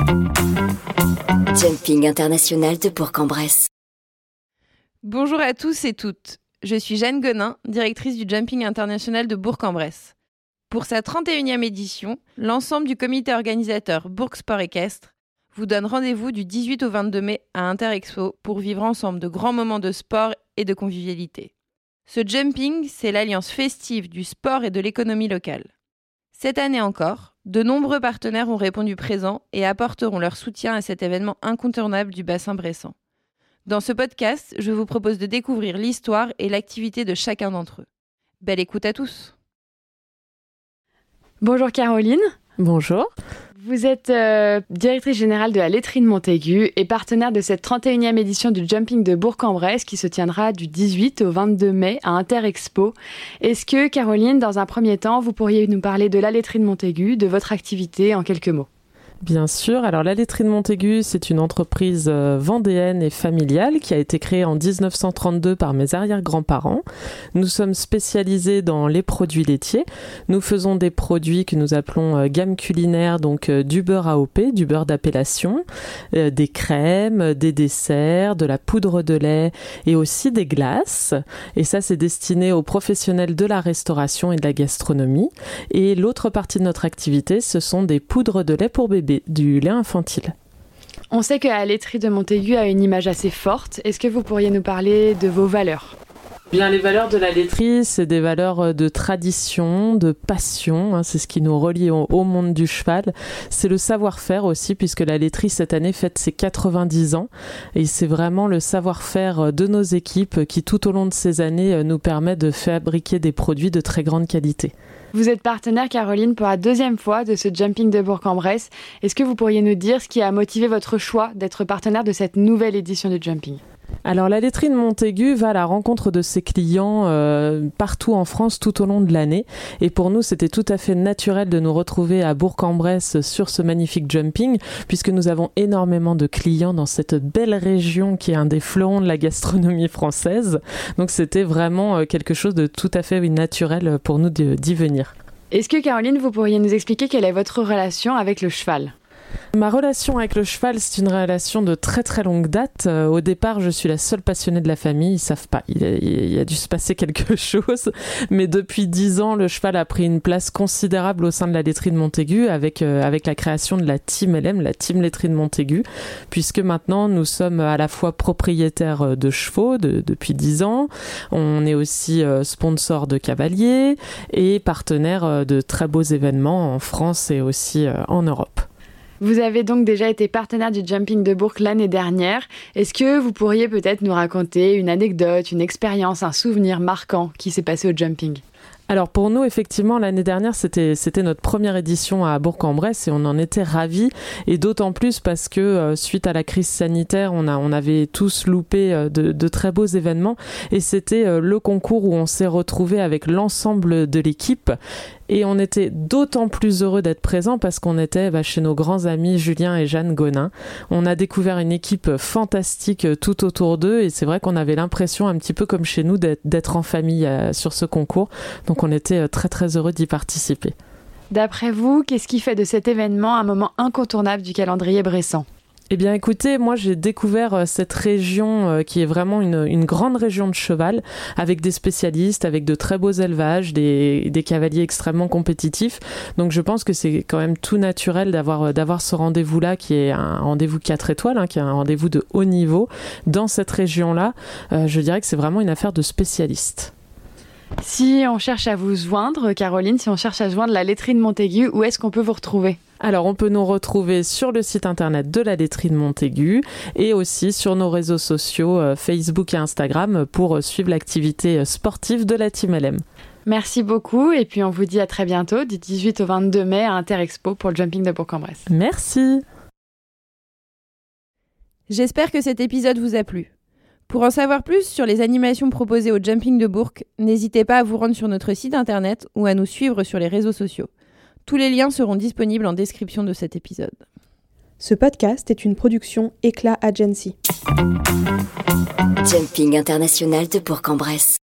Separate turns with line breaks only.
Jumping International de Bourg-en-Bresse.
Bonjour à tous et toutes. Je suis Jeanne Gonin, directrice du Jumping International de Bourg-en-Bresse. Pour sa 31e édition, l'ensemble du comité organisateur Bourg Sport Équestre vous donne rendez-vous du 18 au 22 mai à Interexpo pour vivre ensemble de grands moments de sport et de convivialité. Ce jumping, c'est l'alliance festive du sport et de l'économie locale. Cette année encore, de nombreux partenaires ont répondu présents et apporteront leur soutien à cet événement incontournable du bassin bressan. Dans ce podcast, je vous propose de découvrir l'histoire et l'activité de chacun d'entre eux. Belle écoute à tous.
Bonjour Caroline.
Bonjour.
Vous êtes directrice générale de la laiterie de Montaigu et partenaire de cette 31e édition du Jumping de Bourg-en-Bresse qui se tiendra du 18 au 22 mai à Interexpo. Est-ce que, Caroline, dans un premier temps, vous pourriez nous parler de la laiterie de Montaigu, de votre activité en quelques mots ?
Bien sûr. Alors, la laiterie de Montaigu, c'est une entreprise vendéenne et familiale qui a été créée en 1932 par mes arrière-grands-parents. Nous sommes spécialisés dans les produits laitiers. Nous faisons des produits que nous appelons gamme culinaire, donc du beurre AOP, du beurre d'appellation, des crèmes, des desserts, de la poudre de lait et aussi des glaces. Et ça, c'est destiné aux professionnels de la restauration et de la gastronomie. Et l'autre partie de notre activité, ce sont des poudres de lait pour bébés, du lait infantile.
On sait que la laiterie de Montaigu a une image assez forte. Est-ce que vous pourriez nous parler de vos valeurs ?
Bien, les valeurs de la laiterie, c'est des valeurs de tradition, de passion. C'est ce qui nous relie au monde du cheval. C'est le savoir-faire aussi, puisque la laiterie, cette année, fête ses 90 ans. Et c'est vraiment le savoir-faire de nos équipes qui, tout au long de ces années, nous permet de fabriquer des produits de très grande qualité.
Vous êtes partenaire, Caroline, pour la deuxième fois de ce Jumping de Bourg-en-Bresse. Est-ce que vous pourriez nous dire ce qui a motivé votre choix d'être partenaire de cette nouvelle édition du Jumping ?
Alors, la laiterie de Montaigu va à la rencontre de ses clients partout en France tout au long de l'année. Et pour nous, c'était tout à fait naturel de nous retrouver à Bourg-en-Bresse sur ce magnifique jumping, puisque nous avons énormément de clients dans cette belle région qui est un des fleurons de la gastronomie française. Donc, c'était vraiment quelque chose de tout à fait naturel pour nous d'y venir.
Est-ce que, Caroline, vous pourriez nous expliquer quelle est votre relation avec le cheval ?
Ma relation avec le cheval, c'est une relation de très très longue date. Au départ, je suis la seule passionnée de la famille. Ils savent pas. Il a dû se passer quelque chose. Mais depuis 10 ans, le cheval a pris une place considérable au sein de la laiterie de Montaigu avec la création de la Team LM, la Team Laiterie de Montaigu, puisque maintenant nous sommes à la fois propriétaires de chevaux depuis 10 ans. On est aussi sponsor de cavaliers et partenaire de très beaux événements en France et aussi en Europe.
Vous avez donc déjà été partenaire du Jumping de Bourg l'année dernière. Est-ce que vous pourriez peut-être nous raconter une anecdote, une expérience, un souvenir marquant qui s'est passé au Jumping ?
Alors pour nous, effectivement, l'année dernière, c'était notre première édition à Bourg-en-Bresse et on en était ravis. Et d'autant plus parce que suite à la crise sanitaire, on avait tous loupé de très beaux événements. Et c'était le concours où on s'est retrouvés avec l'ensemble de l'équipe. Et on était d'autant plus heureux d'être présents parce qu'on était chez nos grands amis Julien et Jeanne Gonin. On a découvert une équipe fantastique tout autour d'eux et c'est vrai qu'on avait l'impression un petit peu comme chez nous d'être en famille sur ce concours. Donc on était très très heureux d'y participer.
D'après vous, qu'est-ce qui fait de cet événement un moment incontournable du calendrier bressan ?
Eh bien écoutez, moi j'ai découvert cette région qui est vraiment une grande région de cheval avec des spécialistes, avec de très beaux élevages, des cavaliers extrêmement compétitifs. Donc je pense que c'est quand même tout naturel d'avoir ce rendez-vous-là qui est un rendez-vous 4 étoiles, qui est un rendez-vous de haut niveau dans cette région-là. Je dirais que c'est vraiment une affaire de spécialistes.
Si on cherche à vous joindre, Caroline, si on cherche à joindre la laiterie de Montaigu, où est-ce qu'on peut vous retrouver ?
Alors, on peut nous retrouver sur le site internet de la laiterie de Montaigu et aussi sur nos réseaux sociaux Facebook et Instagram pour suivre l'activité sportive de la Team LM.
Merci beaucoup et puis on vous dit à très bientôt, du 18 au 22 mai à Interexpo pour le Jumping de Bourg-en-Bresse.
Merci.
J'espère que cet épisode vous a plu. Pour en savoir plus sur les animations proposées au Jumping de Bourg, n'hésitez pas à vous rendre sur notre site internet ou à nous suivre sur les réseaux sociaux. Tous les liens seront disponibles en description de cet épisode.
Ce podcast est une production Éclat Agency.
Jumping International de Bourg-en-Bresse.